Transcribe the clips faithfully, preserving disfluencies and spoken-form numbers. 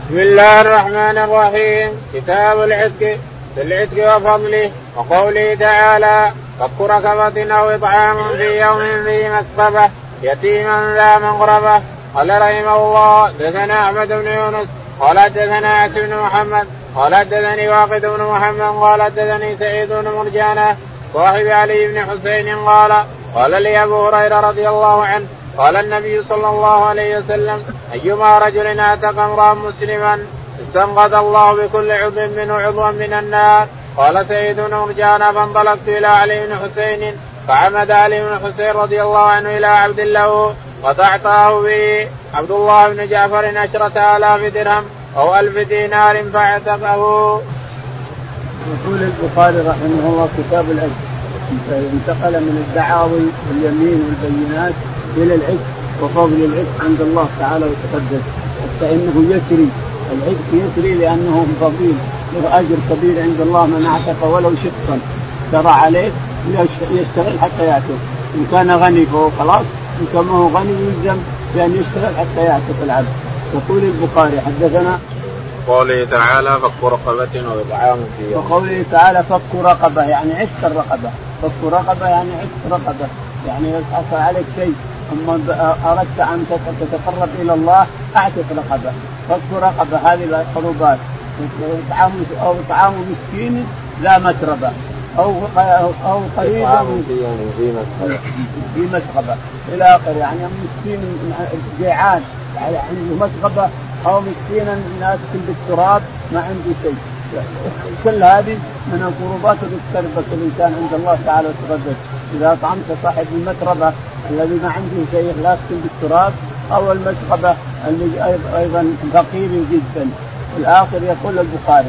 بسم الله الرحمن الرحيم. كتاب العتق، في العتق وفضله، وقوله تعالى: فك رقبة أو إطعام في يوم ذي مسغبة يتيما ذا مقربة. قال رحمه الله: حدثنا أحمد بن يونس قال حدثنا عاصم بن محمد قال حدثني واقد بن محمد قال حدثني سعيد بن مرجانة صاحب علي بن حسين قال قال لي أبو هريرة رضي الله عنه قال النبي صلى الله عليه وسلم: أيما رجل اعتق امرأ مسلما استنقذ الله بكل عضو منه عضوا من النار. قال سعيد بن مرجانة: فانطلقت إلى علي بن حسين فعمد علي بن حسين رضي الله عنه إلى عبد له وتعطاه به عبد الله بن جعفر عشرة آلاف درهم أو ألف دينار فاعتقه. يقول البخاري رحمه الله: كتاب العتق، انتقل من الدعاوي واليمين والبينات إلى العتق وفضل العتق عند الله تعالى وتقدس، حتى إنه يسري العتق يسري لأنه فضيل له أجر كبير عند الله. من اعتق ولو شقا ترى عليه يشتغل حتى يعتق، إن كان غني فهو خلاص، إن كان هو غني يلزم بأن يشتغل حتى يعتق العبد. يقول البخاري: حدثنا قوله تعالى: فك رقبة وإطعام في يوم. وقوله تعالى: فك رقبة يعني عتق الرقبة، فك رقبة يعني عتق رقبة، يعني حصل عليك شيء أما أردت أن تتقرب إلى الله أعتق رقبة. فك رقبة هذه القربات، أو طعام مسكين ذا متربة أو أو قريب في مسغبة إلى آخره، يعني مسكين جيعان يعني عنده مسغبة، أو مسكينا ناس بالتراب ما عنده شيء. كل هذه من القربات التي تقربك الإنسان عند الله تعالى وتقدس. إذا أطعمت صاحب المتربة الذي ما عنده شيء لا بالتراب، أو المسغبة أيضا فقير جدا. الآخر يقول البخاري: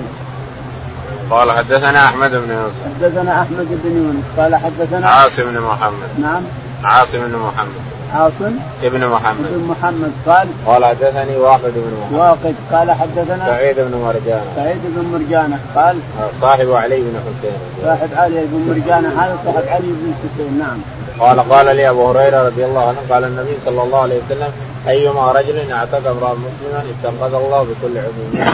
قال حدثنا أحمد بن يونس حدثنا أحمد بن يونس قال حدثنا عاصم بن محمد نعم عاصم بن محمد عاصم ابن محمد ابن محمد قال قال حدثني واقد بن محمد واقد قال حدثنا سعيد بن مرجانة سعيد بن مرجانة قال صاحب علي بن حسين صاحب علي بن مرجانة هذا صاحب علي بن حسين. نعم. قال قال لي أبو هريرة رضي الله عنه قال النبي صلى الله عليه وسلم: أيما رجل اعتق امرأ مسلما استنقذ الله بكل عضو.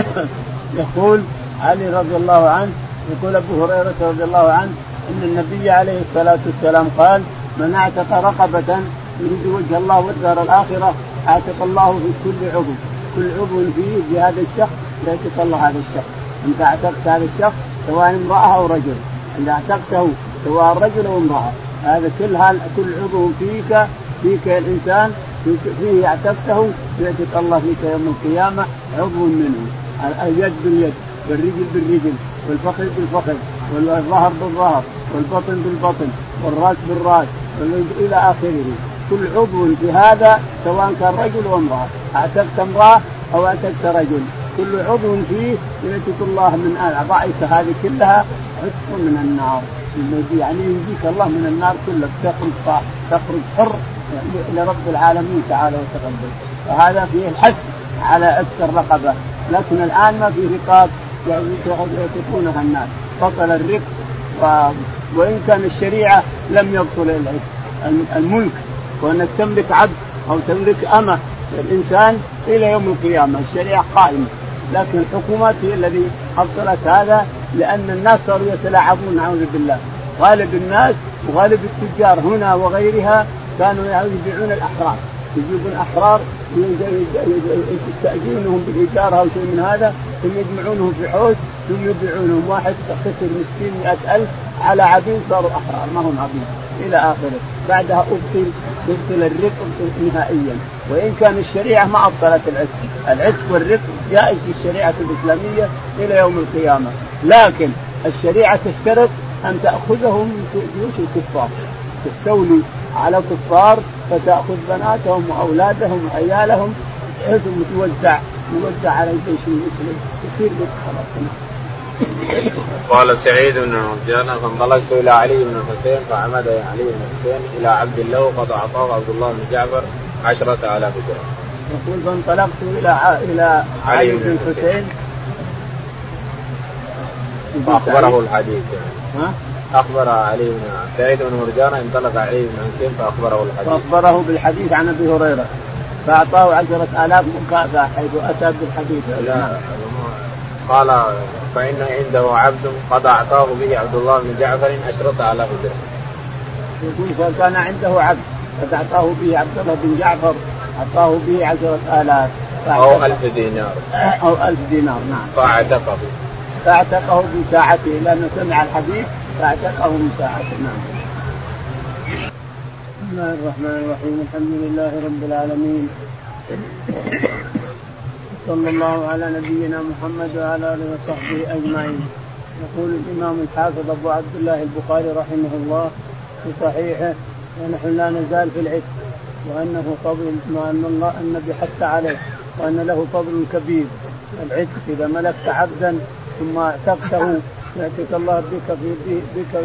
يقول علي رضي الله عنه يقول أبو هريرة رضي الله عنه إن النبي عليه الصلاة والسلام قال: من اعتق رقبة يريد وجه الله والدار الآخرة اعتق الله في كل عضو، كل عضو فيه بهذا الشخص يعتق الله هذا الشخص. أنت اعتقت هذا الشخص سواء امرأة أو رجل، إذا اعتقته سواء رجل أو امرأة، هذا كل هال كل عضو فيك فيك الإنسان فيه اعتقته يعتق الله فيك يوم القيامة عضو منه. اليد باليد والرجل بالرجل والفخذ بالفخذ والظهر بالظهر والبطن بالبطن والراس بالراس إلى آخره. كل عضو في هذا سواء كان رجل أو امرأة، اعتقت امرأة أو اعتقت رجل، كل عضو فيه يعتق الله من أعضائك هذه كلها عتق من النار، يعني ينجيك الله من النار كلك، تخرج تخرج حر لرب العالمين تعالى وتقدم. وهذا فيه الحث على عتق الرقبة، لكن الآن ما في رقاب يعتقونها الناس، بطل الرق. و... وإن كان الشريعة لم يبطل الملك، وأنك تملك عبد أو تملك أمة الإنسان إلى يوم القيامة الشريعة قائمة، لكن الحكومات هي الذي أبطلت هذا، لأن الناس صاروا يتلاعبون نعوذ بالله. غالب الناس وغالب التجار هنا وغيرها كانوا يبيعون الأحرار، يجيبون أحرار يستأجرونهم بالإيجار أو شيء من هذا، ثم يجمعونهم في حوش ثم يبيعونهم. واحد خسر مسكين مئة ألف على عبيد صاروا أحرار ما هم عبيد إلى آخره. بعدها أبطل يبطل الرق نهائيا. وإن كان الشريعة ما أبطلت العتق، العتق والرق جائز في الشريعة الإسلامية إلى يوم القيامة، لكن الشريعة تشترط أن تأخذهم من جيوش الكفار، تستولي على كفار فتأخذ بناتهم وأولادهم وعيالهم ثم توزع موزع على الجيش المسلم يصير بالخلاص. قال سعيد بن مرجانة: فانطلقت إلى علي بن حسين فعمد علي بن حسين إلى عبد الله وقد أعطاه عبد الله بن جعفر عشرة آلاف درهم. يقول: فانطلقت إلى إلى علي بن حسين فأخبره الحديث يعني. ها؟ أخبر علي بن سعيد بن مرجانة انطلق علي بن حسين فأخبره الحديث فأخبره بالحديث عن أبي هريرة فأعطاه عشرة آلاف مكافأة حيث أتى بالحديث. لا قال فإن عنده عبد قد أعطاه به عبد الله بن جعفر عشرة آلاف درهم. يقول فكان عنده عبد قد أعطاه به عبد الله بن جعفر أعطاه به عشرة آلاف أو ألف دينار أو ألف دينار. نعم. فاعتقه فاعتقه بساعته لأنه سمع الحديث فاعتقه بساعته. نعم. بسم الله الرحمن الرحيم الحمد لله رب العالمين صلى الله على نبينا محمد وعلى آله وصحبه أجمعين. يقول الإمام الحافظ أبو عبد الله البخاري رحمه الله في صحيحه ونحن لا نزال في العتق وأنه فضل وأن الله النبي حث عليه وأن له فضل كبير. العتق إذا ملكت عبدا ثم اعتقته يأتيك الله بك في بك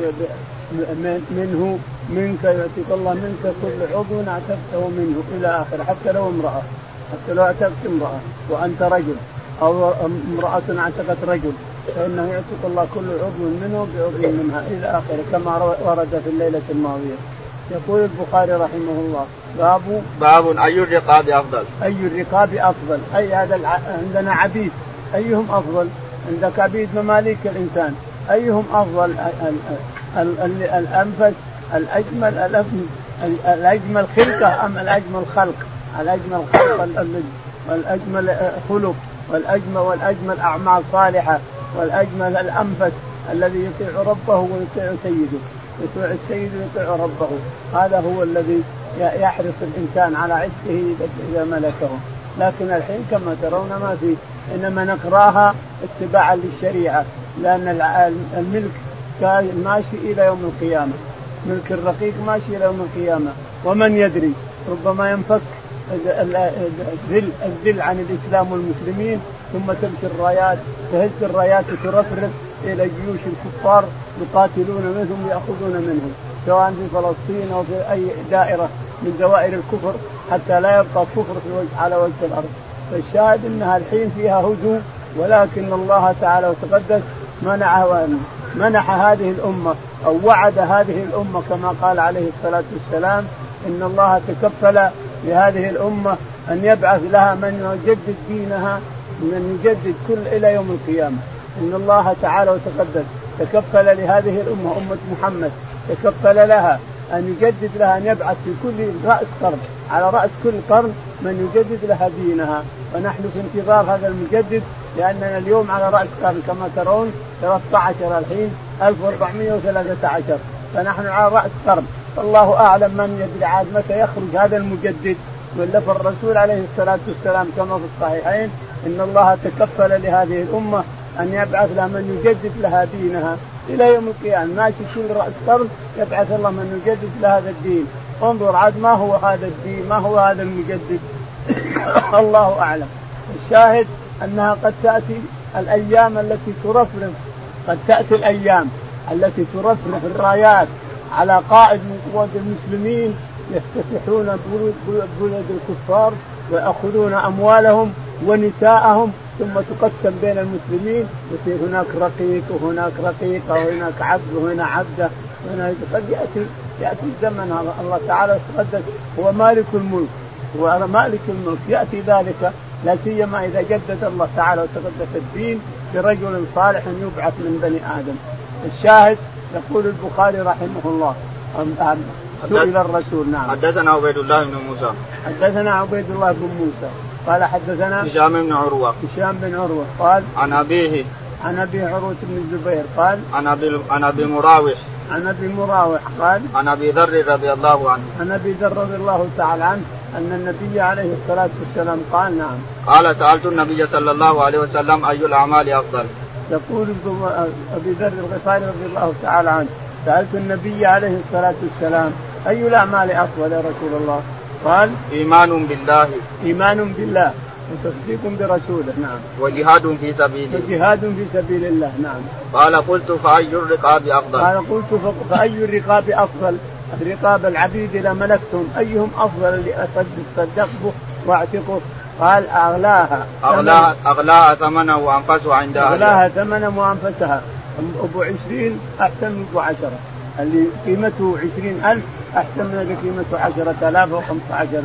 منه منك يأتيك الله منك كل عضو اعتقته منه إلى آخر حتى لو امرأة حتى لو اعتقت امرأة وأنت رجل أو امرأة اعتقت رجل فإنه يعتق الله كل عضو منه بعضو منها إلى آخر كما ورد في الليلة الماضية. يقول البخاري رحمه الله باب باب أي الرقاب أفضل. أي الرقاب أفضل أي هذا الع... عندنا عبيد أيهم أفضل؟ عندك عبيد مماليك الإنسان أيهم أفضل؟ ال... ال... ال... الأنفس الأجمل الأجمل الأجمل خلقة أم الأجمل خلق؟ الأجمل خلق والأجمل خلق والأجمل والأجمل أعمال صالحة والأجمل الأنفس الذي يطيع ربه ويطيع سيده يطيع السيد ويطيع ربه. هذا هو الذي يحرص الإنسان على عتقه إذا ملكه. لكن الحين كما ترون ما في إنما نقراها اتباعا للشريعة لأن الملك ماشي إلى يوم القيامة. ملك الرقيق ماشي إلى يوم القيامة ومن يدري ربما ينفك الذل الذل عن الإسلام والمسلمين ثم تمشي الرايات تهز الرايات وترفرف إلى جيوش الكفار يقاتلون منهم يأخذون منهم سواء في فلسطين أو في أي دائرة من دوائر الكفر حتى لا يبقى كفر في وجه على وجه الأرض. فالشاهد أنها الحين فيها هجوم ولكن الله تعالى وتقدس منع منح هذه الأمة أو وعد هذه الأمة كما قال عليه الصلاة والسلام إن الله تكفل لهذه الأمة أن يبعث لها من يجدد دينها من يجدد كل إلى يوم القيامة. إن الله تعالى وتقدس تكفل لهذه الأمة أمة محمد تكفل لها أن يجدد لها أن يبعث في كل رأس قرن على رأس كل قرن من يجدد لها دينها ونحن في انتظار هذا المجدد لأننا اليوم على رأس قرن كما ترون ثلاثة عشر الحين ألف وأربعمائة وثلاثة عشر فنحن على رأس قرن. الله أعلم من يدري عاد متى يخرج هذا المجدد. ولا فالرسول عليه الصلاة والسلام كما في الصحيحين إن الله تكفل لهذه الأمة أن يبعث لها من يجدد لها دينها إلى يوم القيامة. ماشي كل رأس قرن يبعث الله من يجدد لهذا الدين. انظر عاد ما هو هذا الدين ما هو هذا المجدد الله أعلم. الشاهد أنها قد تأتي الأيام التي ترفرف قد تأتي الأيام التي ترفرف الرايات على قائد من قوات المسلمين يفتتحون بلاد الكفار ويأخذون أموالهم ونساءهم ثم تقسم بين المسلمين يصير هناك رقيق وهناك رقيق وهناك عبد وهنا عبده وهنا قد يأتي يأتي الزمن هذا الله تعالى يتقدس هو مالك الملك هو مالك الملك يأتي ذلك لا سيما إذا جدد الله تعالى وتقدس الدين برجل صالح يبعث من بني آدم. الشاهد يقول البخاري رحمه الله سئل الرسول. نعم. حدثنا عبيد الله بن موسى حدثنا عبيد الله بن موسى قال حدثنا هشام بن عروة هشام بن عروة قال عن أبيه عن أبي عروة بن الزبير قال عن أبي عن أبي مراوح عن أبي مراوح قال عن أبي ذر رضي الله عنه عن أبي ذر رضي الله تعالى عنه أن النبي عليه الصلاة والسلام قال نعم قال سألت النبي صلى الله عليه وسلم أي الأعمال أفضل. يقول أبي ذر الغفاري رضي الله تعالى عنه سألت النبي عليه الصلاة والسلام أي الأعمال أفضل يا رسول الله؟ قال إيمان بالله إيمان بالله وتصديق برسوله. نعم. وجهاد في سبيله وجهاد في سبيل الله. نعم. قال قلت فأي الرقاب أفضل؟ قال قلت فأي الرقاب أفضل؟ الرقاب العبيد إذا ملكتم أيهم أفضل اللي أصدق به واعتقه؟ قال أغلاها أغلاها, أغلاها ثمنه وأنفسها عند أهلها. أغلاها ثمنه وأنفسها. أبو عشرين أحسن من أبو عشرة اللي قيمته عشرين ألف أحسن من اللي قيمته عشرة آلاف وخمسة عشر ألف.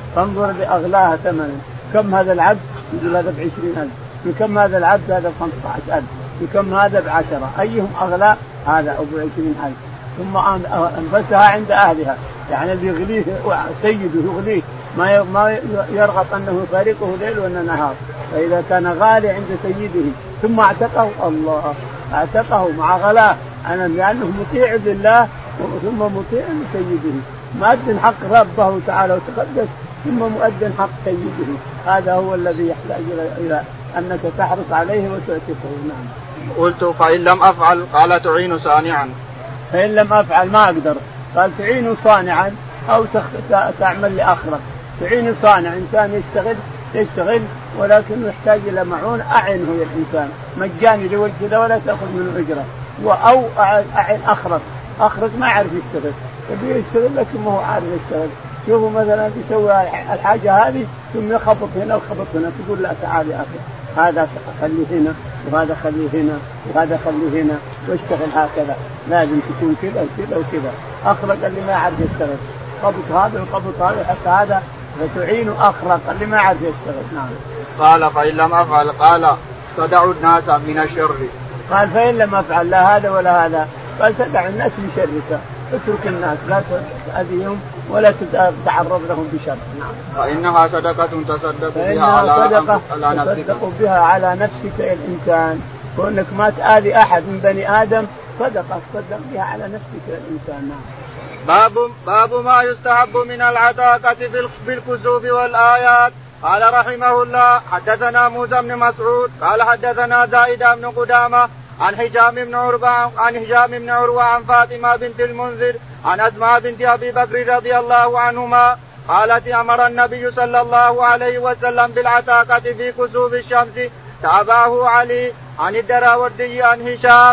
فانظر لأغلاها ثمنا. كم هذا العبد؟ يقول هذا بعشرين ألف. بكم هذا العبد؟ هذا بخمسة عشر ألف. بكم هذا؟ بعشرة. أيهم أغلى؟ هذا أو بعشرين ألف. ثم أنبسها عند أهلها، يعني اللي يغليه سيده يغليه ما ما يرغب أنه يفارقه ليل ولا نهار. فإذا كان غالي عند سيده ثم اعتقه، الله اعتقه مع غلاه أنا لأنه مطيع لله ثم مطيع لسيده، مؤدن حق ربه تعالى وتقدس ثم مؤدن حق سيده. هذا هو الذي يحتاج إلى أنك تحرص عليه وتعتقه. نعم. قلت فإن لم أفعل قال تعين صانعا. فإن لم أفعل ما أقدر قال تعين صانعا أو تعمل لآخرك. تعين صانع إنسان يشتغل يشتغل ولكن يحتاج إلى معون أعنه يا الإنسان مجاني لوجه الله ولا تأخذ منه أجرة. أو أعن أخرك. أخرك ما يعرف يشتغل يبي يشتغل لكن ما هو عارف يشتغل. شوفوا مثلا يسوي الحاجة هذه ثم يخبط هنا وخبط هنا تقول لا تعال يا أخي هذا خليه هنا وهذا خليه هنا وهذا خليه هنا واشتغل هكذا. لازم تكون كذا وكذا وكذا. أخرك اللي ما يعرف يشتغل خبط هذا وخبط هذا حتى هذا فتعين أخرك اللي ما يعرف يشتغل. نعم. قال فإن لم أفعل قال تدع الناس من الشر. قال فإن لم أفعل لا هذا ولا هذا قال تدع الناس من شرك. اترك الناس لا تأذيهم ولا تتعرض لهم بشر. نعم. فإنها صدقة تصدق بها على, على نفسك. تصدق بها على نفسك يا الإنسان. كونك ما تآذي أحد من بني آدم صدقة تصدق بها على نفسك يا الإنسان. نعم. باب باب ما يستحب من العتاقة في الكسوف والآيات. قال رحمه الله حدثنا موسى بن مسعود قال حدثنا زائد بن قدامة عن هشام بن عروة عن هشام بن عروة عن فاطمة بنت المنذر عن أسماء بنت أبي بكر رضي الله عنهما قالت أمر النبي صلى الله عليه وسلم بالعتاقة في كسوف الشمس تابعه علي عن الدراوردي عن هشام.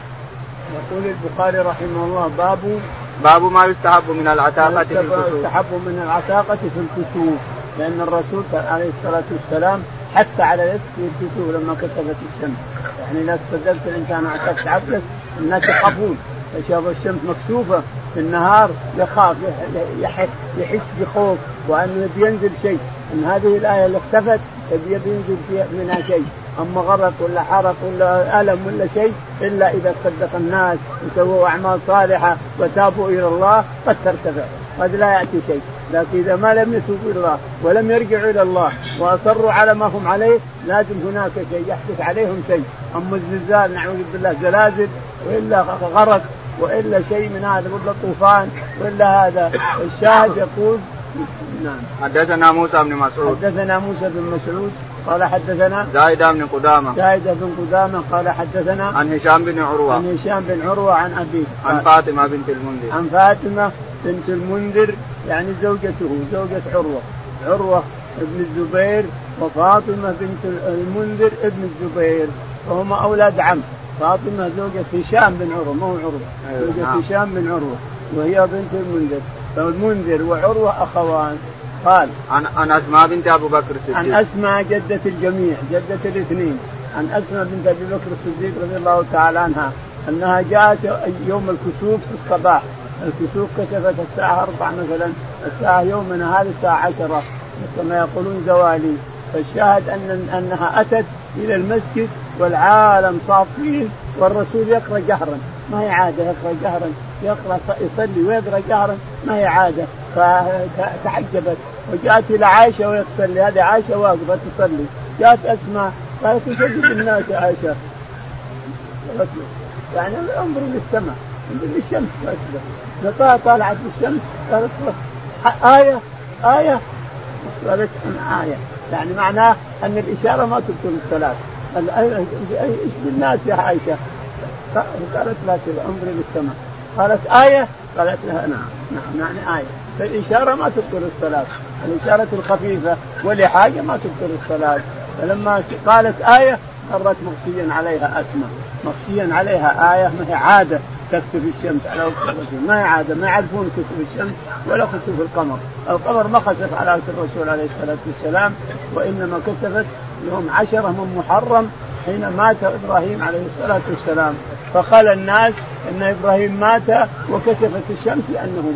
يقول البخاري رحمه الله باب باب ما يستحب من العتاقة في الكسوف. يستحب من العتاقة في الكسوف لأن الرسول عليه الصلاة والسلام حتى على الكسوف لما كسفت الشمس. يعني لا تصدقت الإنسان عتقت عبدك الناس يخافون يشوف الشمس مكسوفة في النهار يخاف يحس يحس بخوف وأنه ينزل شيء. إن هذه الآية اللي اختفت يبي ينزل منها شيء أما غرق ولا حرق ولا ألم ولا شيء إلا إذا صدق الناس وسووا أعمال صالحة وتابوا إلى الله قد ترتفع قد لا يأتي شيء. لكن إذا ما لم يتوبوا إلى الله ولم يرجعوا إلى الله وأصروا على ما هم عليه لازم هناك شيء يحدث عليهم شيء. أما الزلزال نعوذ بالله زلازل وإلا غرق وإلا شيء من هذا ولا طوفان وإلا هذا. الشاهد يقول نعم. حدثنا موسى بن مسعود حدثنا موسى بن مسعود قال حدثنا زائد بن قدامة زائد بن قدامة قال حدثنا عن هشام بن عروة عن هشام بن عروة عن أبيه عن فاطمة بنت المنذر عن فاطمة بنت المنذر يعني زوجته زوجة عروة عروة ابن الزبير وفاطمة بنت المنذر ابن الزبير وهما أولاد عم. فاطمة زوجة هشام بن عروة مو عروة زوجة هشام بن عروة وهي بنت المنذر. فالمنذر وعروة أخوان. قال عن عن أسماء بنت أبو بكر الصديق عن أسماء جدة الجميع جدة الاثنين عن أسماء بنت أبي بكر الصديق رضي الله تعالى عنها أنها جاءت يوم الكسوف في الصباح. الكسوف كسفت الساعة أربع مثلا الساعة يومنا هذه الساعة عشرة كما يقولون زوالي. فالشاهد أن أنها أتت إلى المسجد والعالم صافين والرسول يقرأ جهرا ما هي عادة يقرأ جهرا يقرأ يصلي ويقرأ جهرا ما هي عادة. فتعجبت وجاءت إلى عائشة ويصلي هذه عائشة واقفة تصلي. جاءت أسماء قالت تسجد الناس يا عائشة يعني انظر للسماء انظر للشمس كذا طالعت الشمس قالت آية آية قالت آية يعني معناه أن الإشارة ما تبطل الصلاة. إيش بالناس يا عائشة قالت لا كذا انظر للسماء قالت آية قالت لها نعم نعم يعني آية. فالإشارة ما تبطل الصلاة الإشارة الخفيفة ولحاجة ما تبطل الصلاة. فلما قالت آية مرت مغشيا عليها أسماء مغشيا عليها آية ما هي عادة تكسف الشمس على وجه الرسول ما هي عادة ما يعرفون كسف الشمس ولا كسف القمر. القمر ما خسف على وجه الرسول عليه الصلاة والسلام وإنما كسفت يوم عشرة من محرم حين مات إبراهيم عليه الصلاة والسلام. فقال الناس أن إبراهيم مات وكسفت الشمس لأنه مات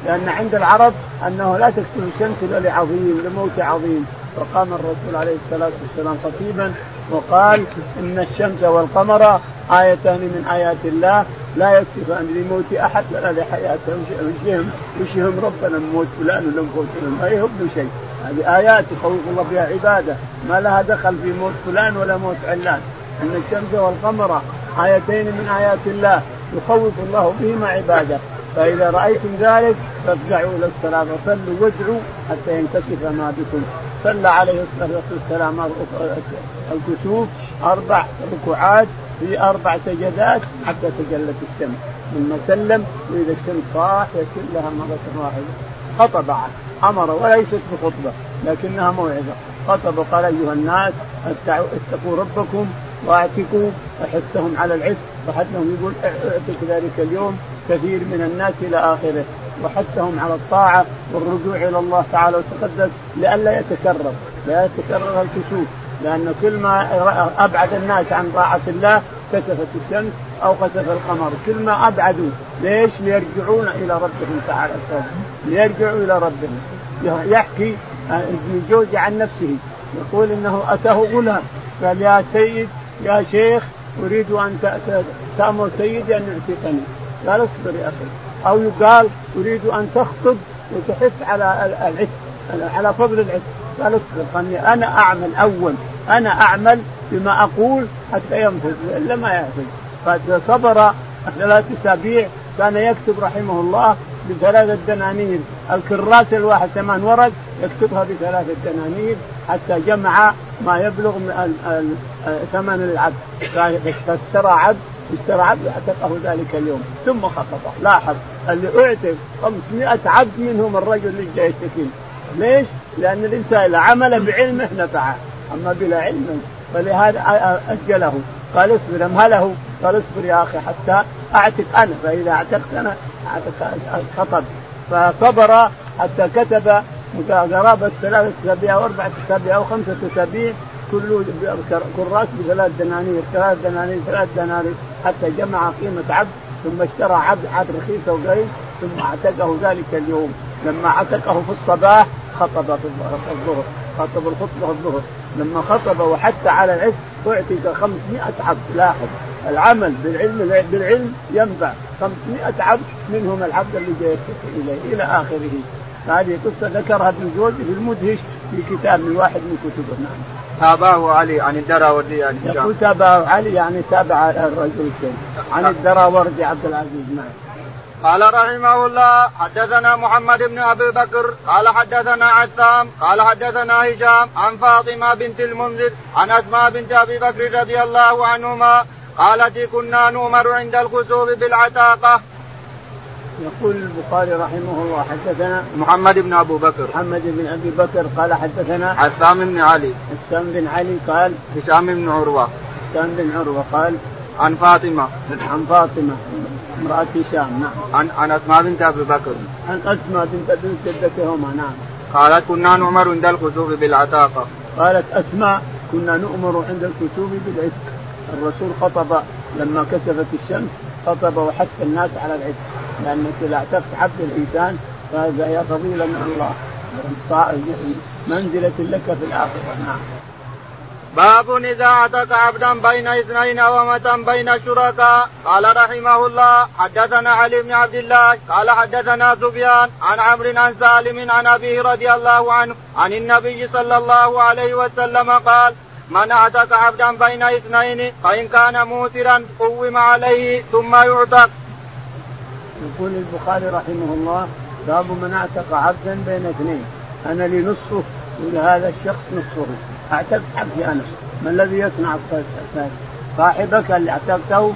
لأن عند العرب أنه لا تكسف الشمس إلا لعظيم لموت عظيم. فقام الرسول عليه الصلاة والسلام خطيبا وقال إن الشمس والقمر آيتان من آيات الله لا يكسفان لموت أحد ولا لحياته. وشهم وشهم ربنا موت فلان ولا موت فلان ما يهب شيء. هذه آيات يخوف الله بها عباده ما لها دخل في موت فلان ولا موت علان. إن الشمس والقمر آيتين من آيات الله يخوف الله بهما عباده. فإذا رأيتم ذلك فافزعوا إلى الصلاة وصلوا وادعوا حتى ينكشف ما بكم. صلى عليه الصلاة والسلام الكسوف أربع ركوعات في أربع سجدات حتى تجلت الشمس ثم سلم. وإذا الشمس صاحية كلها مرة واحدة خطب أمر وليست بخطبة لكنها موعظة. خطب قال أيها الناس اتقوا ربكم واعتقوا أحثهم على العتق وحثهم يقول اعتق ذلك اليوم كثير من الناس إلى آخره وحثهم على الطاعة والرجوع إلى الله تعالى وتقدس لئلا يتكرر لا يتكرر الكسوف. لأن كل ما أبعد الناس عن طاعة الله كسفت الشمس أو خسف القمر كل ما أبعدوا. ليش؟ ليرجعون إلى ربهم تعالى ليرجعوا إلى ربهم. يحكي ابن جوزي عن نفسه يقول إنه أتاه غلام قال يا سيد يا شيخ أريد أن تأمر سيدي أن يعتقني. قال اصبر يا أخي. أو يقال أريد أن تخطب وتحث على العتق على فضل العتق. قال اصبر خلني أنا أعمل أول أنا أعمل بما أقول حتى ينفذ إلا ما ينفذ. فصبر ثلاث أسابيع كان يكتب رحمه الله بثلاثة دنانير الكراس الواحد ثمان ورق يكتبها بثلاثة دنانير حتى جمع ما يبلغ ثمن العبد. فاشترى عبد اشترى عبد اعتقه ذلك اليوم ثم خطبه. لاحظ اللي اعتق خمسمائة عبد منهم الرجل اللي جاي يشتكي. ليش؟ لأن الإنسان إذا عمل بعلمه نفعه أما بلا علم فلهذا أجله. قال اصبر امهله. قال اصبر يا أخي حتى أعتق أنا. فإذا اعتقت أنا اعتق خطب. فصبر حتى كتب قرابة ثلاثة أسابيع أو أربعة أسابيع أو خمسة أسابيع كله كراس بثلاث دنانير ثلاث دنانير ثلاث دنانير حتى جمع قيمة عبد. ثم اشترى عبد عبد رخيص وقريب ثم اعتقه ذلك اليوم. لما اعتقه في الصباح خطب في الظهر خطب الخطبة الظهر. لما خطب وحتى على العتق اعتق خمسمائة عبد. لاحظ العمل بالعلم بالعلم ينفع. خمسمائة عبد منهم العبد اللي جاي يشتكي إليه إلى آخره. هذه قصة ذكرها ابن جوزي في المدهش في كتاب من واحد من كتبه. نعم. تابعه علي عن الدراوردي يعني يقول تابعه علي يعني تابع الرجل عن الدراوردي عبد العزيز. نعم. قال رحمه الله حدثنا محمد بن أبي بكر قال حدثنا عثام قال حدثنا هشام عن فاطمة بنت المنذر عن أسماء بنت أبي بكر رضي الله عنهما قالت كنا نؤمر عند الكسوف بالعتاقة. يقول البخاري رحمه الله حدثنا محمد بن أبو بكر محمد بن أبي بكر قال حدثنا عثام بن علي عثام بن علي قال هشام بن عروة هشام بن عروة قال عن فاطمة عن فاطمة امرأة هشام. نعم. عن عن أسماء بنت أبي بكر عن أسماء بنت بنت جدتهما. نعم. قالت كنا نؤمر عند الكسوف بالعتاقة. قالت أسماء كنا نؤمر عند الكسوف بالعتق. الرسول خطب لما كسفت الشمس خطب وحث الناس على العتق لأنك إذا اعتقت عبد الإنسان فهذا هي فضيلة من الله منزلة لك في الآخرة. نعم. باب إذا اعتق عبدا بين اثنين ومة بين شركاء. قال رحمه الله حدثنا علي بن عبد الله قال حدثنا سفيان عن عمرو عن سالم عن أبيه رضي الله عنه عن النبي صلى الله عليه وسلم قال من اعتق عبدا بين اثنين فإن كان موترا قوم عليه ثم يعتق. يقول البخاري رحمه الله باب من اعتق عبدا بين اثنين. أنا لي نصفه ولهذا الشخص نصفه. اعتقت عبدي أنا ما الذي يصنع صاحبك اللي اعتقته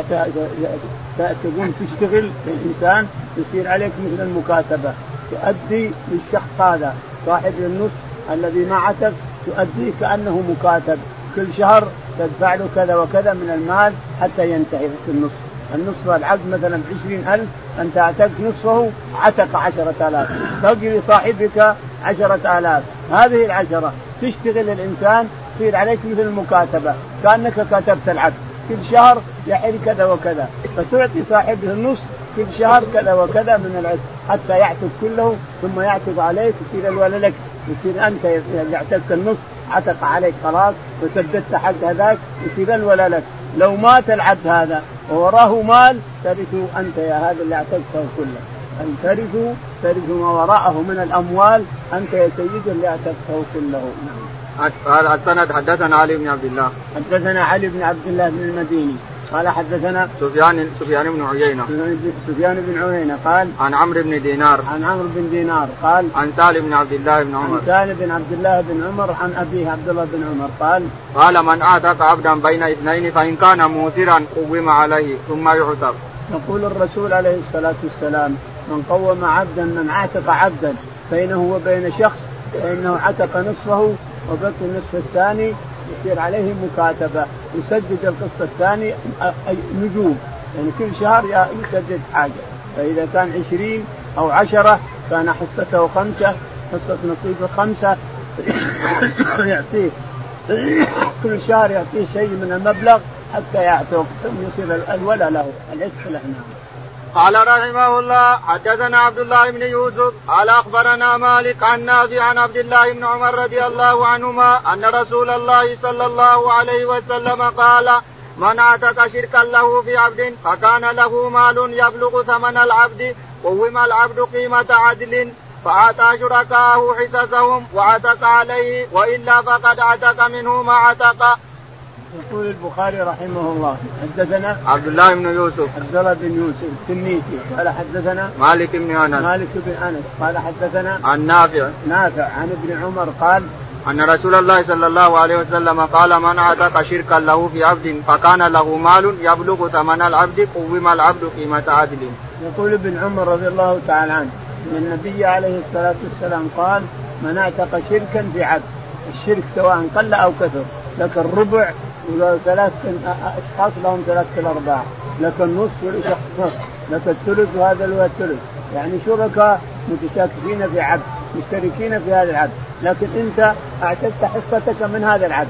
تقوم تشتغل الإنسان يصير عليك مثل المكاتبة تؤدي للشخص هذا صاحب النصف الذي ما اعتق تؤديه كأنه مكاتب كل شهر تدفع له كذا وكذا من المال حتى ينتهي بس النصف. النصف العقد مثلا بعشرين ألف أنت اعتقت نصفه عتق عشرة آلاف تقي لصاحبك عشرة آلاف. هذه العشرة تشتغل الإنسان تصير عليك مثل المكاتبة كأنك كتبت العقد كل شهر يحل كذا وكذا فتعطي صاحبه النصف كل شهر كذا وكذا من العتق. حتى يعتق كله ثم يعتق عليك يصير الولد لك، يصير أنت اللي اعتقت النص عتق عليك خلاص وسددت حق هذاك يصير الولد لك. لو مات العبد هذا ووراه مال ترثه أنت يا هذا اللي اعتقته كله، أن ترثوا ترثوا ما وراءه من الأموال أنت يا سيد اللي اعتقته كله. قال السند حدثنا علي بن عبد الله حدثنا علي بن عبد الله بن المديني قال حدثنا سفيان سفيان بن عيينة سفيان بن عيينة قال عن عمرو بن دينار عن عمرو بن دينار قال عن سالم بن عبد الله بن عمر عن سالم بن عبد الله بن عمر عن أبيه عبد الله بن عمر قال قال من أعتق عبدا بين اثنين فإن كان موسرا قوم عليه ثم يعتق. يقول الرسول عليه الصلاة والسلام من قوم عبدا من اعتق عبدا بينه وبين شخص فإنه عتق نصفه وبقي النصف الثاني يصير عليه مكاتبة يسدد القسط الثاني نجوم، يعني كل شهر يسدد حاجة. فإذا كان عشرين أو عشرة كان حصته خمسة، حصة نصيبه خمسة يعطيه كل شهر يعطيه شيء من المبلغ حتى يعتق ثم يصير الولى له العتق له. قال رحمه الله حدثنا عبد الله بن يوسف قال أخبرنا مالك عن نافع عن عبد الله بن عمر رضي الله عنهما أن رسول الله صلى الله عليه وسلم قال من اعتق شركا له في عبد فكان له مال يبلغ ثمن العبد قوم العبد قيمة عدل فأعطى شركاءه حصصهم وعتق عليه وإلا فقد عتق منه ما عتق. يقول البخاري رحمه الله حدثنا عبد الله بن يوسف عبد الله بن يوسف التنيسي قال حدثنا مالك بن أنس مالك بن أنس قال حدثنا عن نافع نافع عن ابن عمر قال أن رسول الله صلى الله عليه وسلم قال من اعتق شركا له في عبد فكان له مال يبلغ ثمن العبد قوم العبد قيمة عدل. يقول ابن عمر رضي الله تعالى عنه أن النبي عليه الصلاة والسلام قال من اعتق شركا في عبد، الشرك سواء قل أو كثر، لك الربع وثلاث أشخاص لهم ثلاثة الأرباع، لك النصف ولشخص نصف، لك الثلث وهذا له الثلث، يعني شركاء متشاكسين في عبد مشتركين في هذا العبد، لكن أنت اعتقت حصتك من هذا العبد،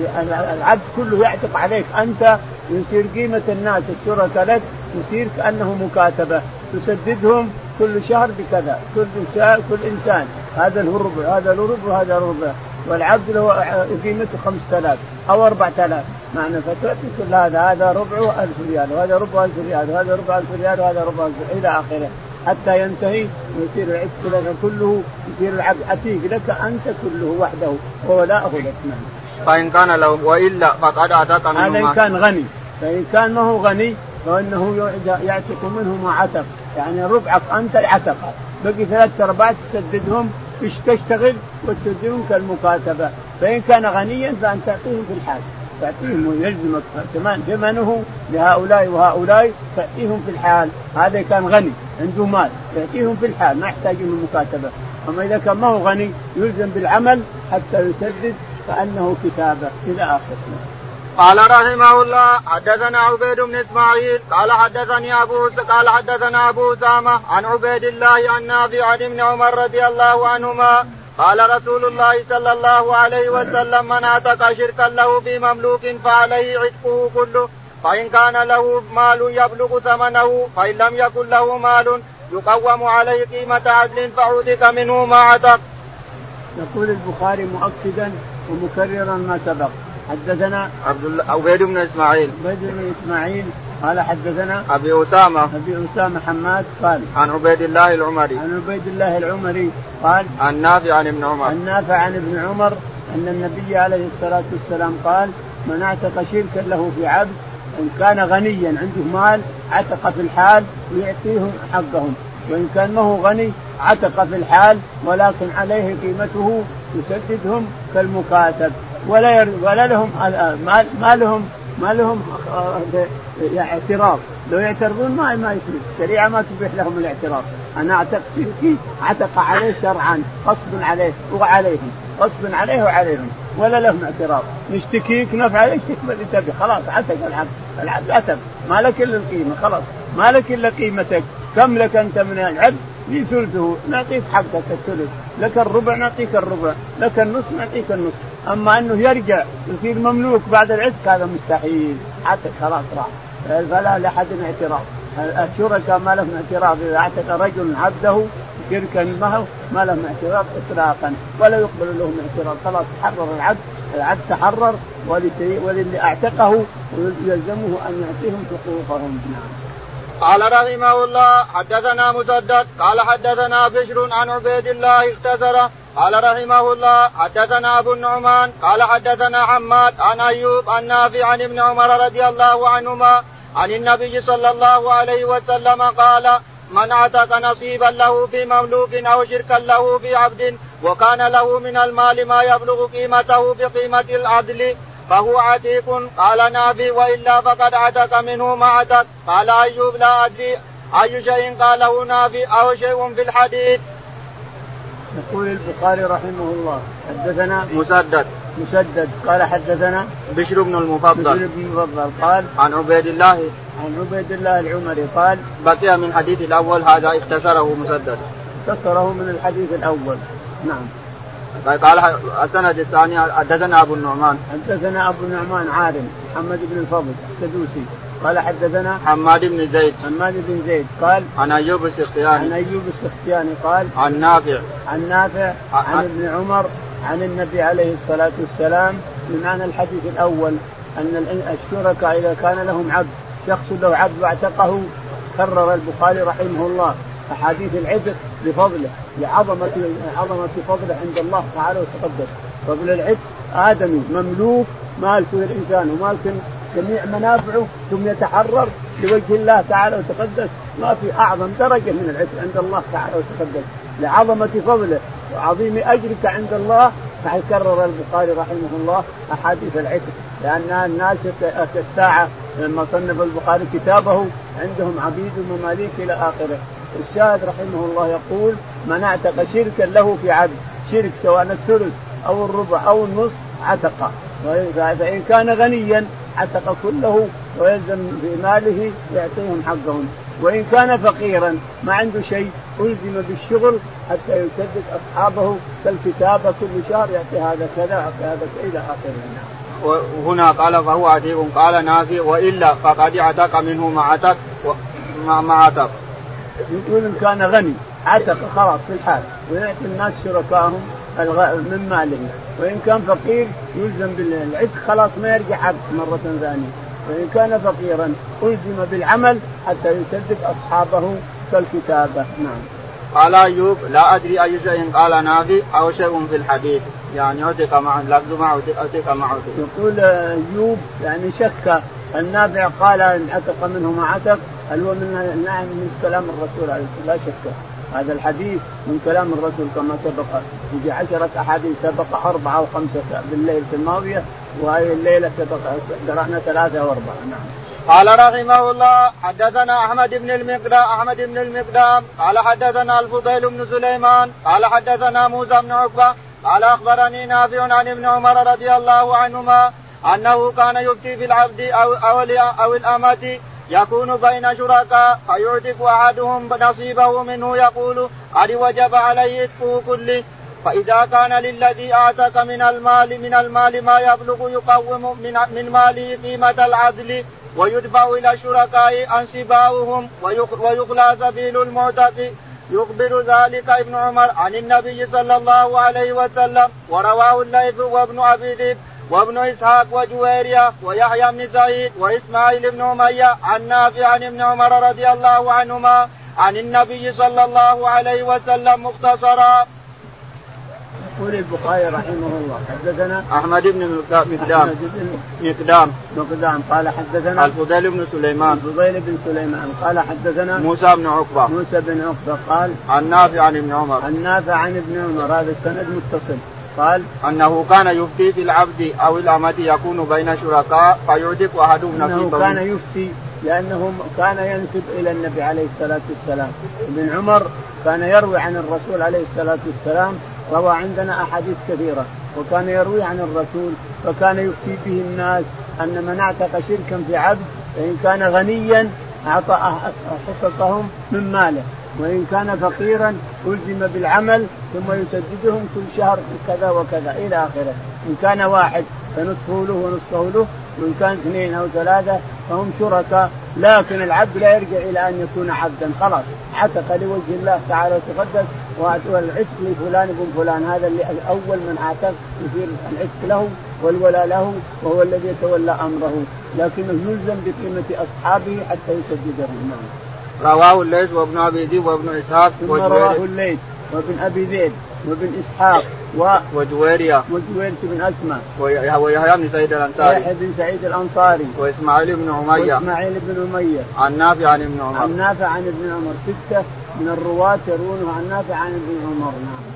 العبد كله يعتق عليك أنت، يصير قيمة الناس الشركاء لك يصير كأنه مكاتبة تسددهم كل شهر بكذا، كل إنسان كل إنسان هذا له ربع هذا له ربع هذا له ربع، والعبد له قيمته خمسة آلاف أو أربعة آلاف، معنى فتأتي كل هذا هذا ربع ألف ريال وهذا ربع ألف ريال وهذا ربع ألف ريال وهذا ربع ألف إلى آخره حتى ينتهي ويصير العتق لك كله، يصير العبد عتيق لك أنت كله وحده وولاءه لك. فإن كان له وإلا فقد عتق منه. هذا إن كان غني، فإن كان ما هو غني فإنه يعتق منه ما عتق، يعني ربعك أنت العتق بقي ثلاثة أرباع تسددهم إيش تشتغل وتسددهم كالمكاتبة. فإن كان غنيا فأن تعطيهم في الحال، تعطيهم ويلزمك ثمنه لهؤلاء وهؤلاء تعطيهم في الحال. هذا كان غني عنده مال تعطيهم في الحال ما يحتاجون المكاتبة. أما إذا كان ما هو غني يلزم بالعمل حتى يسدد كأنه كتابة إلى آخره. قال رحمه الله حدثنا عبيد بن إسماعيل قال حدثني أبو قال حدثنا أبو أسامة عن عبيد الله عن نافع عن ابن عمر رضي الله عنهما قال رسول الله صلى الله عليه وسلم من اعتق شركا له في مملوك فعليه عتقه كله، فإن كان له مال يبلغ ثمنه فإن لم يكن له مال يقوم عليه قيمة عدل فعتق منه ما عتق. يقول البخاري مؤكدا ومكررا ما سبق. حدثنا عبد الله عبيد بن اسماعيل عبيد بن اسماعيل قال حدثنا ابي اسامه ابي اسامه حماد قال عن عبيد الله العمري عن عبيد الله العمري قال عن نافع عن ابن عمر عن نافع عن ابن عمر ان النبي عليه الصلاه والسلام قال من اعتق شركا له في عبد ان كان غنيا عنده مال عتق في الحال ويعطيهم حقهم، وان كان ما هو غني عتق في الحال ولكن عليه قيمته يسددهم كالمكاتب، ولا ير... ولا لهم ما... ما لهم ما لهم يعني اعتراض، لو يعترضون ما ما يصير، الشريعه ما تبيح لهم الاعتراض. انا اعتق شركي عتق عليه شرعا غصب عليه وعليهم غصب عليه وعليهم ولا لهم اعتراض، نشتكيك نفعل ايش تكمل انت خلاص عتق العبد، العبد عتق ما لك الا القيمه، خلاص ما لك الا قيمتك، كم لك انت من العبد لي ثلثه نعطيك حقك الثلث، لك الربع نعطيك الربع، لك النصف نعطيك النصف. اما انه يرجع يصير مملوك بعد العتق هذا مستحيل، عتق خلاص راح، فلا لاحد اعتراض. الشركاء ما لهم اعتراض إذا اعتق رجل عبده شركا معه ما لهم اعتراض إطلاقا ولا يقبل لهم اعتراض. خلاص تحرر العبد، العبد تحرر وللي اعتقه يلزمه أن يعطيهم حقوقهم. نعم. قال رحمه الله حدثنا مسدد قال حدثنا بشر عن عبيد الله اختصر. قال رحمه الله حدثنا أبو النعمان قال حدثنا حماد عن أيوب عن نافع عن ابن عمر رضي الله عنهما عن النبي صلى الله عليه وسلم قال من اعتق نصيبا له في مملوك أو شركا له في عبد وكان له من المال ما يبلغ قيمته بقيمة العدل فهو عتيق. قال نافع وإلا فقد عتق منه ما عتق. قال أيوب لا أدري أي شيء قاله نافع أو شيء في الحديث. يقول البخاري رحمه الله حدثنا مسدد مسدد قال حدثنا بشر بن المفضل بشر بن المفضل قال عن عبيد الله عن عبيد الله العمري قال بقي من حديث الأول هذا اختصره مسدد اختصره من الحديث الأول. نعم. قال السند الثاني حدثنا أبو النعمان حدثنا أبو النعمان عارم محمد بن الفضل السدوسي قال حدثنا حماد بن زيد حماد بن زيد قال عن أيوب السختياني عن أيوب السختياني قال عن نافع عن نافع عن, عن ابن عمر عن النبي عليه الصلاة والسلام بمعنى الحديث الأول أن الشركاء إذا كان لهم عبد شخص له عبد واعتقه كرر البخاري رحمه الله أحاديث العتق بفضله لعظمة عظمة فضله عند الله تعالى وتقدس. فضل العتق آدمي مملوك مالك الإنسان ومالك جميع منافعه ثم يتحرر لوجه الله تعالى وتقدس. ما في أعظم درجة من العتق عند الله تعالى وتقدس لعظمة فضله وعظيم أجرك عند الله. فكرر البخاري رحمه الله أحاديث العتق لأن الناس الساعة لما صنف البخاري كتابه عندهم عبيد ومماليك إلى آخره. الشاهد رحمه الله يقول من اعتق شركا له في عبد شرك سواء الثلث أو الربع أو النصف عتق. فإن كان غنيا عتق كله ويلزم في ماله يعطيهم حقهم. وإن كان فقيرا ما عنده شيء ألزم بالشغل حتى يسدد أصحابه كالكتابة كل شهر يعطي هذا كذا يعطي هذا إلى آخره. وهنا قال فهو عتيق. قال نافع وإلا فقد عتق منه ما عتق ما عتق. يقول إن كان غني عتق خلاص في الحال ويعطي الناس شركائهم من ماله. وإن كان فقير يلزم بالعتق خلاص ما يرجع عبد مرة ثانية. وإن كان فقيرا ألزم بالعمل حتى يسدد أصحابه كالكتابة. نعم. قال أيوب لا أدري أي شيء قال نافع أو شيء في الحديث يعني عتق معه لفظ معه عتق معه. يقول أيوب يعني شك النافع قال إن عتق منه ما عتق هل هو من نعم من كلام الرسول عليه الصلاة والسلام. لا شك هذا الحديث من كلام الرسول كما سبق يجي عشرة أحاديث سبق أربعة أو خمسة بالليلة الماضية وهي الليلة سبق قرأنا ثلاثة وأربعة. نعم. قال رحمه الله حدثنا أحمد بن المقدام أحمد بن المقدام قال حدثنا الفضيل بن سليمان قال حدثنا موسى بن عقبة قال أخبرني نافع عن ابن عمر رضي الله عنهما أنه كان يفتي في العبد أو, أو, أو الأمة يكون بين شركاء فيعتق أحدهم نصيبه منه يقول قد وجب عليه عتقه كله. فإذا كان للذي أعتق من المال من المال ما يبلغ يقوم من, من ماله قيمة العدل ويدفع إلى الشركاء أنصباؤهم ويخلى سبيل المعتق. يخبر ذلك ابن عمر عن النبي صلى الله عليه وسلم. ورواه الليث وابن أبي ذئب وابن إسحاق وجويرية ويحيى بن سعيد وإسماعيل بن أمية عن نافع عن ابن عمر رضي الله عنهما عن النبي صلى الله عليه وسلم مختصرا. يقول البخاري رحمه الله حدثنا أحمد بن مقدام مقدام مقدام قال حدثنا الفضيل بن سليمان الفضيل بن سليمان قال حدثنا موسى بن عقبة موسى بن عقبة قال عن نافع عن ابن عمر عن نافع عن ابن عمر هذا السند متصل قال أنه كان يفتي في العبد أو الأمة يكون بين شركاء فيعتق أحدهم نصيبه. أنه كان يفتي لأنه كان ينسب إلى النبي عليه الصلاة والسلام. ابن عمر كان يروي عن الرسول عليه الصلاة والسلام روى عندنا أحاديث كثيرة وكان يروي عن الرسول فكان يفتي به الناس أن من اعتق شركا في عبد فإن كان غنيا أعطى حصتهم من ماله وإن كان فقيرا ألزم بالعمل ثم يسددهم كل شهر كذا وكذا إلى آخره. إن كان واحد فنصفه له ونصفه له وإن كان اثنين أو ثلاثة فهم شركاء، لكن العبد لا يرجع إلى أن يكون عبدا، خلاص عتق لوجه الله تعالى وتقدس. والعتق لفلان بن فلان، هذا اللي أول من عتق يصير العتق له والولاء له، وهو الذي يتولى أمره، لكنه يلزم بقيمة أصحابه حتى يسددهم. رواه الليث وابن أبي ذئب وابن إسحاق. رواه الليث وابن أبي ذئب وابن إسحاق و... وجويرية وجويرية بن أسماء ويحيى بن سعيد الأنصاري ويحيى بن سعيد الأنصاري وإسماعيل بن أمية وإسماعيل بن أمية عن نافع عن ابن عمر عن نافع عن ابن عمر. ستة من الرواة يروونه عن نافع عن ابن عمر.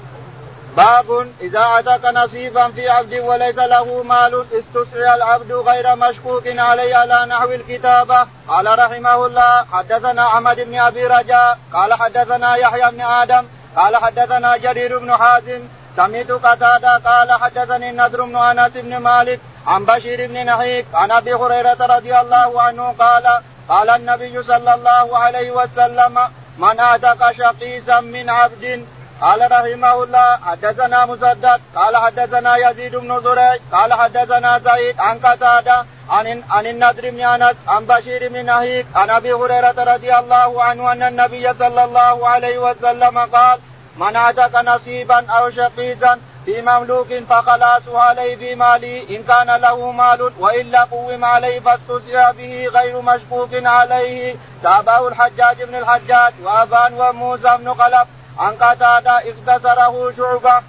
باب إذا عتق نصيبا في عبد وليس له مال استسعي العبد غير مشكوك عليه على نحو الكتابة. قال رحمه الله حدثنا أحمد بن أبي رجاء قال حدثنا يحيى بن آدم قال حدثنا جرير بن حازم سمعت قتادة قال حدثني النضر بن أنس بن مالك عن بشير بن نحيك عن أبي هريرة رضي الله عنه قال قال النبي صلى الله عليه وسلم من عتق شقيصا من عبد. قال رحمه الله حدثنا مسدد قال حدثنا يزيد بن زريع قال حدثنا سعيد عن قتادة عن عن النضر بن أنس عن بشير بن نحيك عن أبي هريرة رضي الله عنه أن النبي صلى الله عليه وسلم قال من عتق نصيبا أو شقيصا في مملوك فخلاصه عليه في ماله إن كان له مال وإلا قوم عليه فاستسع به غير مشكوك عليه. تابعه الحجاج بن الحجاج وأبان وموسى بن خلف عن قتادة اختصره شعبة.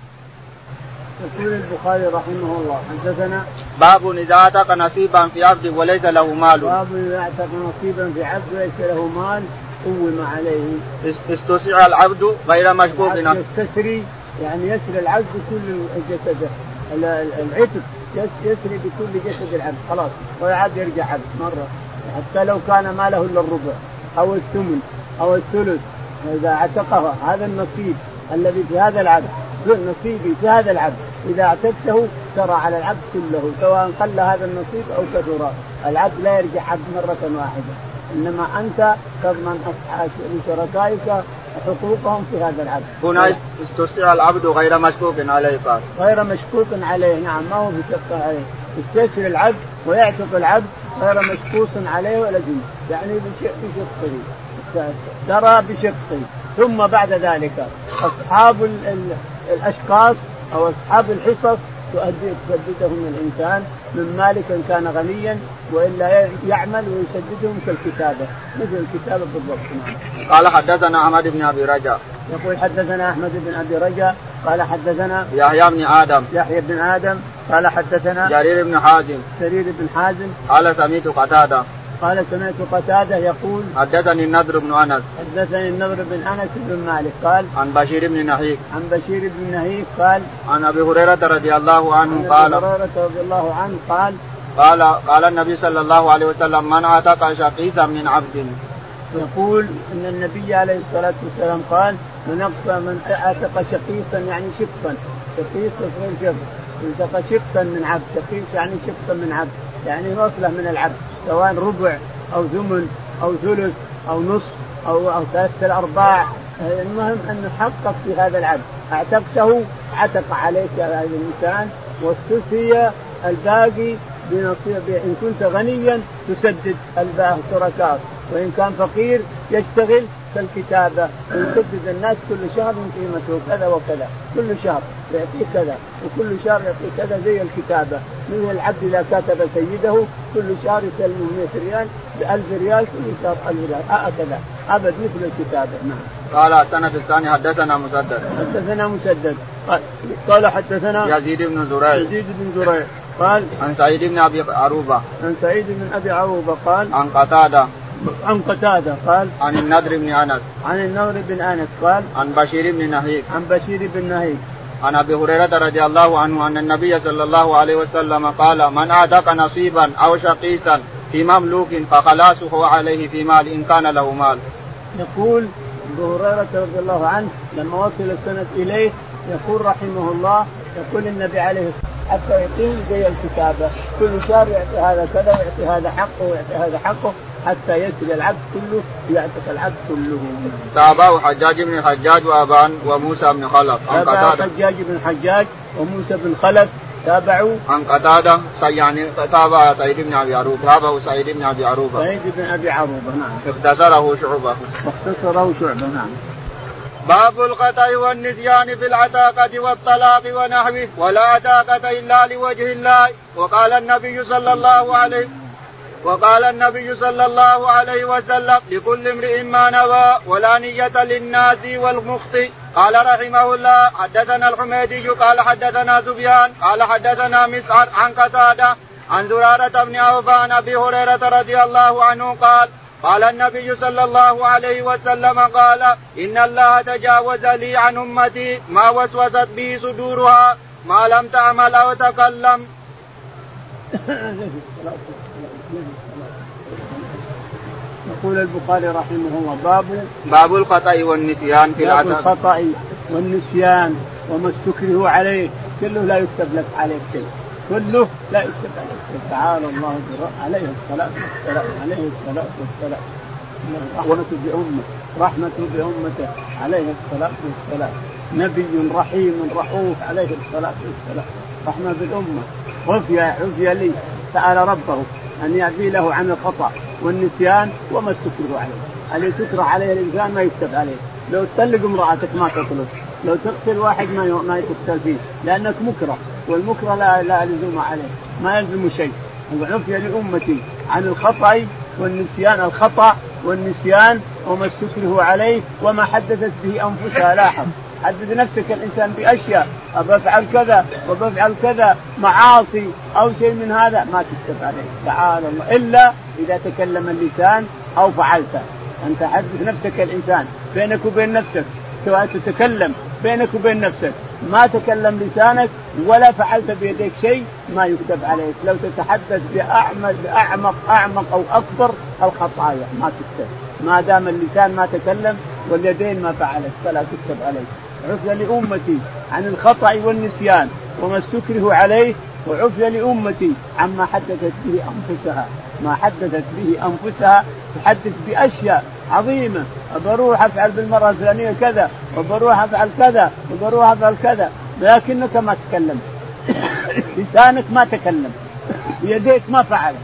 يقول البخاري رحمه الله حدثنا باب إذا عتق نصيبا في عبد وليس له مال. باب إذا عتق نصيبا في عبد وليس له مال قوم عليه استسع العبد غير مشكوك. يستسري يعني يسري العبد كل جسده، العتق يسري بكل جسد العبد خلاص ويعاد يرجع عبد مرة، حتى لو كان ماله إلا الربع أو الثمن أو الثلث. إذا عتقه هذا النصيب الذي في هذا العبد، نصيبي في هذا العبد إذا اعتقته ترى على العبد كله سواء قل هذا النصيب أو كثر، العبد لا يرجع عبد مرة واحدة، إنما أنت تضمن أصحاب شركائك حقوقهم في هذا العبد. هنا استسعى العبد غير مشكوك عليه. قال غير مشكوك عليه، نعم ما هو بشق عليه، يستسر العبد ويعتق العبد غير مشكوك عليه ولا جنس، يعني بشقه ترى بشخص. ثم بعد ذلك أصحاب الأشخاص أو أصحاب الحصص تسددهم الإنسان من مالك إن كان غنيا، وإلا يعمل ويسددهم كالكتابة مثل الكتابة بالضبط. قال حدثنا أحمد بن أبي رجاء يقول حدثنا أحمد بن أبي رجاء قال حدثنا يحيى بن آدم يحيى بن آدم قال حدثنا جرير بن حازم جرير بن حازم قال سمعت قتادة قال سمعت قتادة يقول حدثني النضر بن أنس حدثني النضر بن أنس بن مالك قال عن بشير بن نحيك عن بشير بن نحيك قال عن أبي هريرة رضي الله عنه قال أبي هريرة رضي الله عنه قال قال قال النبي صلى الله عليه وسلم من عتق شقيصا من عبد. يقول إن النبي عليه الصلاة والسلام قال من من عتق شقيصا يعني شقصا، شقيص تصغير شقص، عتق شقصا من عبد، شقيص يعني شقصا من عبد يعني وصله من العبد سواء ربع أو ثمن أو ثلث أو نصف أو أو ثلاثة الأرباع، المهم أن حقك في هذا العبد اعتقته عتق عليك هذا الإنسان واستسقي الباقي بنصيب. إن كنت غنيا تسدد الباقي شركاء، وإن كان فقير يشتغل كالكتابة ويسدد الناس كل شهر من قيمته كذا وكذا، كل شهر يعطيه كذا وكل شهر يعطيه كذا زي الكتابة. مثل العبد إذا كتب سيده كل شهر يسلمه مئة ريال بألف ريال كل شهر ألف ريال هكذا أبد مثل الكتابة. نعم. قال السند الثاني حدثنا مسدد حدثنا مسدد قال حدثنا يزيد بن زريع يزيد بن زريع قال عن سعيد بن أبي عروبة عن سعيد بن أبي عروبة قال عن قتادة عن قتادة قال عن النضر بن أنس عن النضر بن أنس قال عن بشير بن نحيك عن بشير بن نحيك عن أبي هريرة رضي الله عنه أن النبي صلى الله عليه وسلم قال من أعتق نصيبا أو شقيصا في مملوك فخلاصه عليه في مال إن كان له مال. يقول أبو هريرة رضي الله عنه لما وصل السند إليه يقول رحمه الله يقول النبي عليه الصلاة حتى يقيم زي الكتابة كل شهر يعطي هذا كذا ويعطي هذا حقه ويعطي هذا حقه حتى يسري العبد كله يعتق العبد كله. تابعه حجاج بن الحجاج وأبان وموسى بن خلف. تابعه حجاج بن الحجاج وموسى بن خلف تابعوا عن قتادة يعني تابع سعيد بن أبي عروبة تابعه سعيد بن أبي عروبة سعيد بن أبي عروبة نعم اختصره شعبة اختصره شعبة نعم. باب القطع والنسيان في العتاقة والطلاق ونحوه ولا عتاقة إلا لوجه الله. وقال النبي صلى الله عليه وقال النبي صلى الله عليه وسلم لكل امرئ ما نوى ولا نية للناس والمخطئ. قال رحمه الله حدثنا الحميدي قال حدثنا سفيان قال حدثنا مسعر عن قتادة عن زرارة بن عوف عن أبي هريرة رضي الله عنه قال قال النبي صلى الله عليه وسلم قال إن الله تجاوز لي عن أمتي ما وسوست به صدورها ما لم تعمل أو تكلم. يقول البخاري رحمه الله باب باب الخطأ والنسيان في العتاقة. باب الخطأ والنسيان وما استكره عليه كله لا يكتب لك عليه شيء كله لا يكتب عليه شيء. تعالى الله عليه الصلاة والسلام عليه الصلاة والسلام رحمة بأمته رحمة بأمته عليه الصلاة والسلام نبي رحيم رؤوف عليه الصلاة والسلام رحمة بالأمة. عفي عفي لي سأل ربه أن يعفي له عن الخطأ والنسيان وما استكره عليه. اللي تكره عليه الإنسان ما يكتب عليه. لو تطلق امرأتك ما تطلق لو تقتل واحد ما ما تقتل فيه لأنك مكره والمكره لا لا لزوم عليه ما يلزم شيء. عفي لأمتي عن الخطأ والنسيان الخطأ والنسيان وما استكره عليه وما حدثت به أنفسها. لاحظ حدد نفسك الإنسان بأشياء أبفعل كذا وبفعل كذا معاصي أو شيء من هذا ما تكتب عليه. تعالى الله إلا إذا تكلم اللسان أو فعلت. أنت حدد نفسك الإنسان بينك وبين نفسك سواء تتكلم بينك وبين نفسك ما تكلم لسانك ولا فعلت بيديك شيء ما يكتب عليك. لو تتحدث بأعمق بأعمق أعمق أو أكبر الخطايا ما تكتب ما دام اللسان ما تكلم واليدين ما فعلت فلا تكتب عليك. عفي لأمتي عن الخطأ والنسيان وما استكره عليه وعفي لأمتي عما حدثت به أنفسها ما حدثت به أنفسها تحدث بأشياء عظيمة وبروح أفعل بالمرة الفلانية كذا وبروح أفعل كذا وبروح أفعل كذا لكنك ما تكلم لسانك ما تكلم يديك ما فعل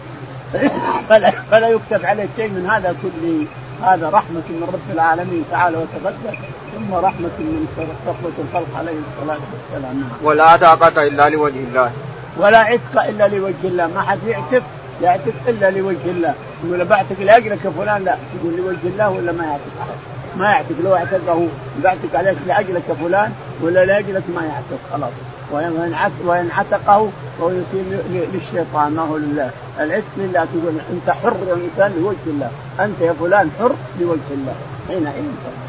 فلا, فلا يكتب عليك شيء من هذا كله. هذا رحمة من رب العالمين تعالى وتقدس ثم رحمة من صفوة الخلق عليه الصلاة والسلام. ولا عتاقة إلا لوجه الله ولا عتق إلا لوجه الله. ما حد يعتق يعتق إلا لوجه الله. ولا بعتق لأجلك فلان لا يقول لوجه الله ولا ما يعتق عليك ما يعتق. لو اعتقه بعتق عليك لأجلك فلان ولا لأجلك ما يعتق خلاص. وإن عتقه وهو يصير للشيطان ما هو لله. العتق لله تقول أنت حر الإنسان لوجه الله أنت يا فلان حر لوجه الله حينئذ.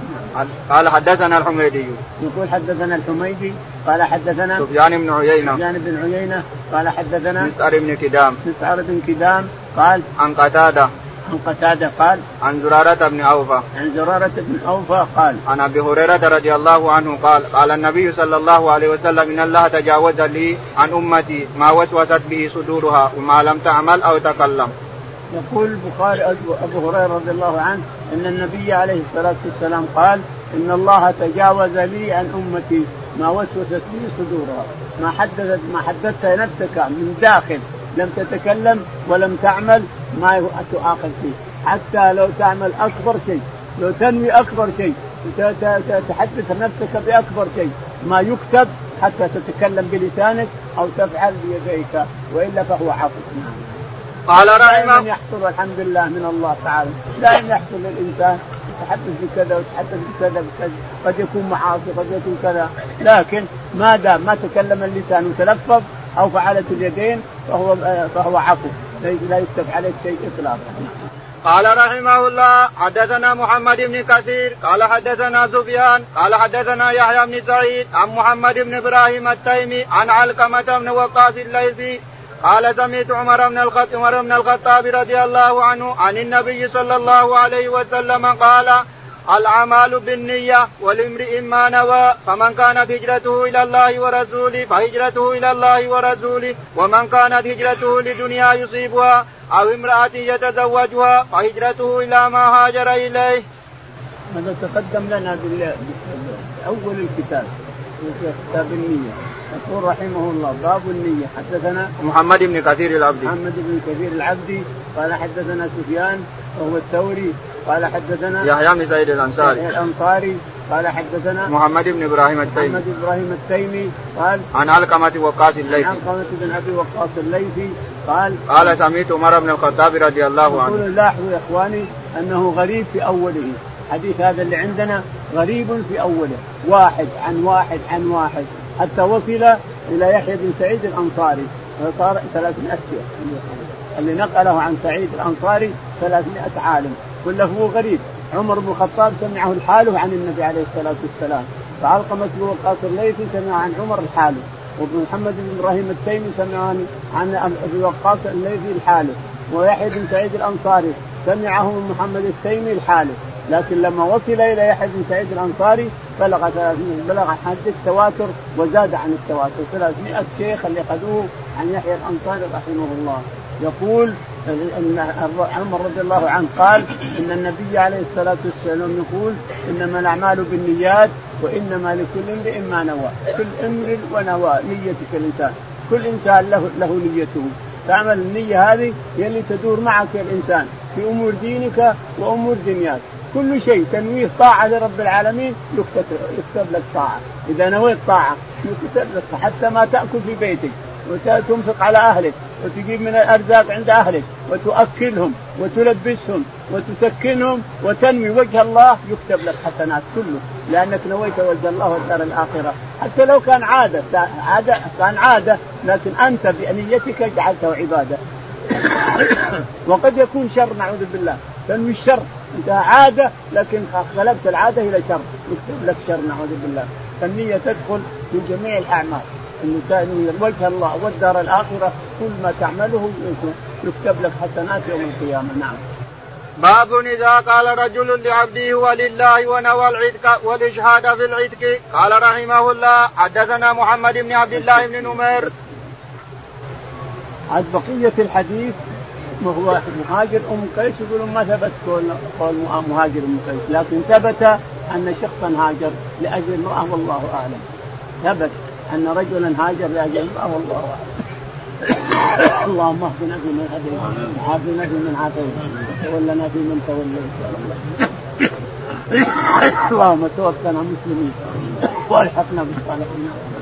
قال حدثنا الحميدي يقول حدثنا الحميدي قال حدثنا سفيان بن عيينة سفيان بن عيينة قال حدثنا مسعر بن كدام مسعر بن كدام قال عن قتادة عن قتادة قال عن زرارة بن عوفة عن زرارة بن عوفة قال عن أبي هريرة رضي الله عنه قال قال النبي صلى الله عليه وسلم إن الله تجاوز لي عن أمتي ما وسوست به صدورها وما لم تعمل أو تكلم. يقول البخاري أبو هريرة رضي الله عنه إن النبي عليه الصلاة والسلام قال إن الله تجاوز لي عن أمتي ما وسوست به صدورها ما حدثت ما حدثت نفسك من داخل لم تتكلم ولم تعمل ما تؤاخذ فيه. حتى لو تعمل أكبر شيء لو تنوي أكبر شيء تحدث نفسك بأكبر شيء ما يكتب حتى تتكلم بلسانك أو تفعل بيديك وإلا فهو عفو. قال رحمه يحصل الحمد لله من الله تعالى لا يحصل للإنسان يتحدث بكذا ويتحدث بكذا بكذا قد يكون معاصي قد يكون كذا لكن ما دام ما تكلم اللسان وتلفظ أو فعلت اليدين فهو فهو عفو لا يكتب عليك شيء إطلاقا. قال رحمه الله حدثنا محمد بن كثير قال حدثنا سفيان قال حدثنا يحيى بن سعيد عن محمد بن إبراهيم التيمي عن علقمة بن وقاص الليثي قال سمعت عمر بن الخطاب عمر بن الخطاب رضي الله عنه عن النبي صلى الله عليه وسلم قال الأعمال بالنية ولامرئ ما نوى فمن كانت هجرته إلى الله ورسوله فهجرته إلى الله ورسوله ومن كانت هجرته لدنيا يصيبها أو امرأة يتزوجها فهجرته إلى ما هاجر إليه. هذا تقدم لنا بأول الكتاب في كتاب النية يقول رحمه الله باب النية. حدثنا محمد بن كثير العبدي محمد بن كثير العبدي قال حدثنا سفيان وهو الثوري قال حدثنا يحيى بن سعيد الأنصاري الأنصاري قال حدثنا محمد بن إبراهيم التيمي محمد بن إبراهيم التيمي قال عن علقمة وقاص الليثي عن علقمة بن أبي وقاص الليثي قال قال سمعت عمر بن الخطاب رضي الله عنه. يقول لاحظوا يا إخواني أنه غريب في أوله. حديث هذا اللي عندنا غريب في أوله، واحد عن واحد عن واحد حتى وصل إلى يحيى بن سعيد الأنصاري فصار ثلاثمائة شيخ. اللي نقله عن سعيد الأنصاري ثلاثمائة عالم كله غريب. عمر بن الخطاب سمعه الحاله عن النبي عليه الصلاة والسلام، فعلقمة بن وقاص الليثي سمع عن عمر الحاله، وابن محمد بن إبراهيم التيمي سمع عن أبي وقاص الليثي الحاله، ويحيى بن سعيد الأنصاري سمعه من محمد التيمي الحاله. لكن لما وصل إلى يحيى بن سعيد الأنصاري بلغ بلغ حد التواتر وزاد عن التواتر، ثلاثمائة شيخ اللي أخذوه عن يحيى الأنصاري رحمه الله. يقول أن عمر رضي الله عنه قال إن النبي عليه الصلاة والسلام يقول إنما الأعمال بالنيات وإنما لكل امرئ ما نوى. كل امرئ ونوى نيتك الإنسان، كل إنسان له له نيته. تعمل النية هذه هي اللي تدور معك يا الإنسان في أمور دينك وأمور دنياك. كل شيء تنويه طاعة لرب العالمين يكتب, يكتب لك طاعة. إذا نويت طاعة يكتب لك حتى ما تأكل في بيتك وتنفق على أهلك وتجيب من الأرزاق عند أهلك وتؤكلهم وتلبسهم وتسكنهم وتنوي وجه الله يكتب لك حسنات كله، لأنك نويت وجه الله والدار الآخرة. حتى لو كان عادة عادة كان عادة لكن أنت بنيتك جعلته عبادة. وقد يكون شر نعوذ بالله، تنوي الشر أنت عادة لكن خلقت العادة إلى شر يكتب لك شر نعوذ بالله. فالنية تدخل في جميع الأعمال، إنه تنوي وجه الله والدار الآخرة، كل ما تعمله يكتب لك حسنات يوم القيامة. نعم. باب إذا قال رجل لعبده ولله ونوى العتق والإشهاد في العتق. قال رحمه الله حدثنا محمد بن عبد الله بن نمير. عاد بقية الحديث وهو مهاجر أم قيس يقولون ما ثبت قول مهاجر أم قيس، لكن ثبت أن شخصا هاجر لأجل امرأة والله أعلم. ثبت أن رجلا هاجر لأجل امرأة والله أعلم. اللهم اهدنا فيمن هديت وعافنا فيمن عافيت وتولنا فيمن توليت اللهم توفنا مسلمين والحقنا بالصالحين.